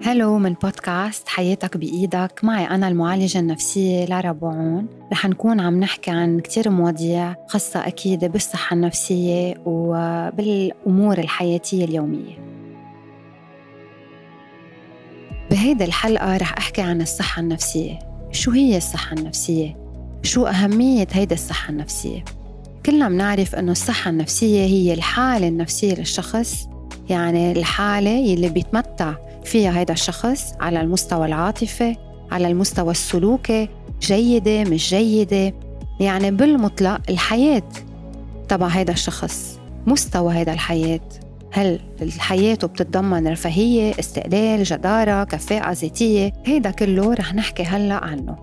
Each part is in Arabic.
هلو من بودكاست حياتك بإيدك. معي أنا المعالجة النفسية لارا بوعون. رح نكون عم نحكي عن كتير مواضيع خاصة أكيد بالصحة النفسية وبالأمور الحياتية اليومية. بهيدا الحلقة رح أحكي عن الصحة النفسية. شو هي الصحة النفسية؟ شو أهمية هيدا الصحة النفسية؟ كلنا بنعرف أنه الصحة النفسية هي الحالة النفسية للشخص، يعني الحالة اللي بيتمتع فيها هيدا الشخص على المستوى العاطفي، على المستوى السلوكي، جيدة مش جيدة، يعني بالمطلق الحياة تبع هيدا الشخص. مستوى هيدا الحياة، هل حياته بتتضمن رفاهية، استقلال، جدارة، كفاءة ذاتية؟ هيدا كله رح نحكي هلأ عنه.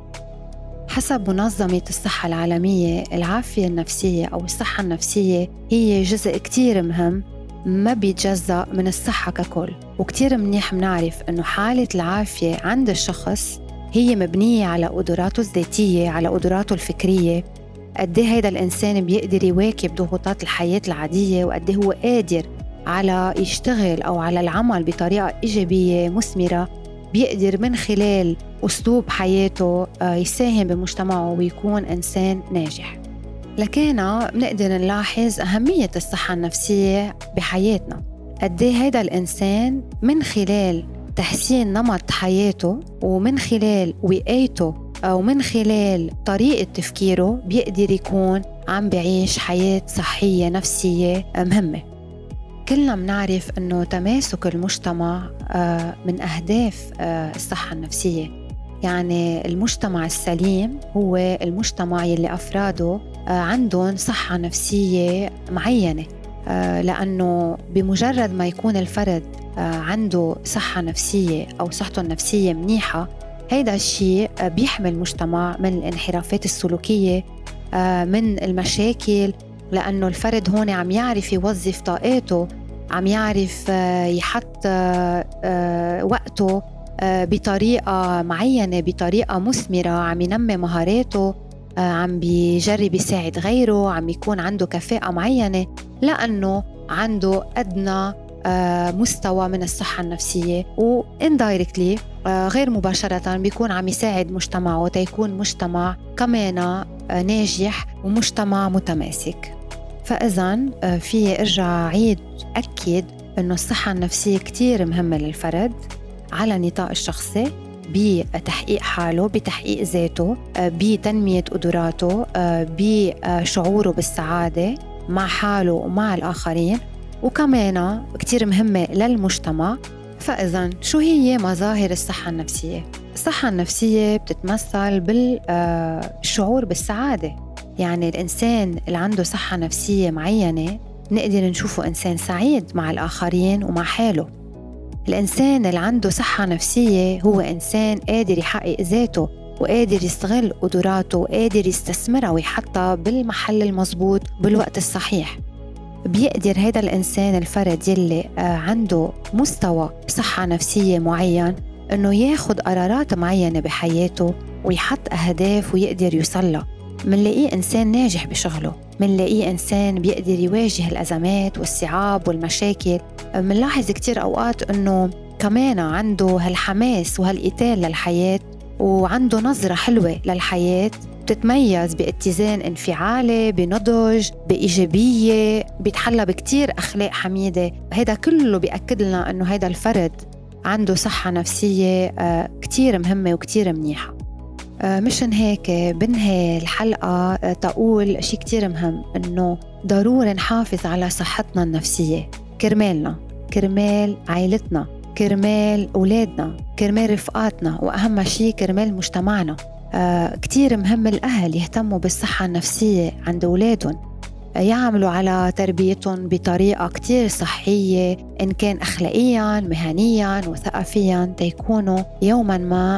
حسب منظمة الصحة العالمية، العافية النفسية أو الصحة النفسية هي جزء كتير مهم ما بيتجزأ من الصحة ككل، وكتير منيح منعرف أنه حالة العافية عند الشخص هي مبنية على قدراته الذاتية، على قدراته الفكرية، قديه هيدا الإنسان بيقدر يواكب ضغوطات الحياة العادية، وقديه هو قادر على يشتغل أو على العمل بطريقة إيجابية مثمرة، بيقدر من خلال أسلوب حياته يساهم بمجتمعه ويكون إنسان ناجح. لكن بنقدر نلاحظ أهمية الصحة النفسية بحياتنا، قد ايه هيدا الإنسان من خلال تحسين نمط حياته ومن خلال وقايته أو من خلال طريقة تفكيره بيقدر يكون عم بعيش حياة صحية نفسية مهمة. كلنا بنعرف أنه تماسك المجتمع من أهداف الصحة النفسية، يعني المجتمع السليم هو المجتمع يلي أفراده عندهم صحة نفسية معينة، لأنه بمجرد ما يكون الفرد عنده صحة نفسية أو صحته النفسية منيحة، هيدا الشيء بيحمي المجتمع من الانحرافات السلوكية، من المشاكل، لأنه الفرد هون عم يعرف يوظف طاقاته، عم يعرف يحط وقته بطريقة معينة، بطريقة مثمرة، عم ينمي مهاراته، عم بيجرب يساعد غيره، عم يكون عنده كفاءة معينة، لأنه عنده أدنى مستوى من الصحة النفسية، وإندايركتلي غير مباشرة بيكون عم يساعد مجتمعه تيكون مجتمع كمان ناجح ومجتمع متماسك. فإذا في أرجع عيد أكيد أنه الصحة النفسية كتير مهمة للفرد على النطاق الشخصي، بتحقيق حاله، بتحقيق ذاته، بتنمية قدراته، بشعوره بالسعادة مع حاله ومع الآخرين، وكمان كتير مهمة للمجتمع. فإذا شو هي مظاهر الصحة النفسية؟ الصحة النفسية بتتمثل بالشعور بالسعادة، يعني الإنسان اللي عنده صحة نفسية معينة نقدر نشوفه إنسان سعيد مع الآخرين ومع حاله. الإنسان اللي عنده صحة نفسية هو إنسان قادر يحقق ذاته وقادر يستغل قدراته وقادر يستثمرها ويحطها بالمحل المضبوط بالوقت الصحيح. بيقدر هذا الإنسان الفرد يلي عنده مستوى صحة نفسية معين إنه ياخد قرارات معينة بحياته ويحط أهداف ويقدر يوصلها. منلاقيه إنسان ناجح بشغله، منلاقيه إنسان بيقدر يواجه الأزمات والصعاب والمشاكل. منلاحظ كتير أوقات إنه كمان عنده هالحماس وهالإيثار للحياة، وعنده نظرة حلوة للحياة بتتميز باتزان انفعالي، بنضج، بإيجابية، بيتحلى بكتير أخلاق حميدة. هذا كله بيأكد لنا إنه هذا الفرد عنده صحة نفسية كتير مهمة وكتير منيحة. مشان هيك بنهي الحلقة تقول شيء كتير مهم، إنه ضروري نحافظ على صحتنا النفسية، كرمالنا، كرمال عائلتنا، كرمال أولادنا، كرمال رفقاتنا، وأهم شيء كرمال مجتمعنا. كتير مهم الأهل يهتموا بالصحة النفسية عند أولادهم، يعملوا على تربيتهم بطريقة كتير صحية، إن كان أخلاقياً، مهنياً، وثقافياً، تيكونوا يوماً ما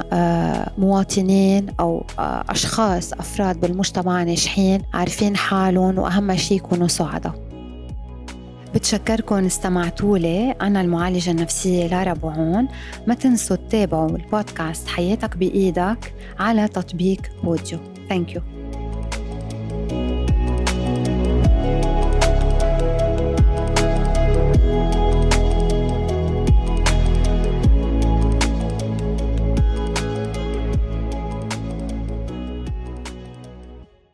مواطنين أو أشخاص أفراد بالمجتمع ناجحين، عارفين حالهم، وأهم شيء يكونوا سعداء. بتشكركم استمعتوا لي. أنا المعالجة النفسية لارا بوعون. ما تنسوا تتابعوا البودكاست حياتك بإيدك على تطبيق بوديو. Thank you.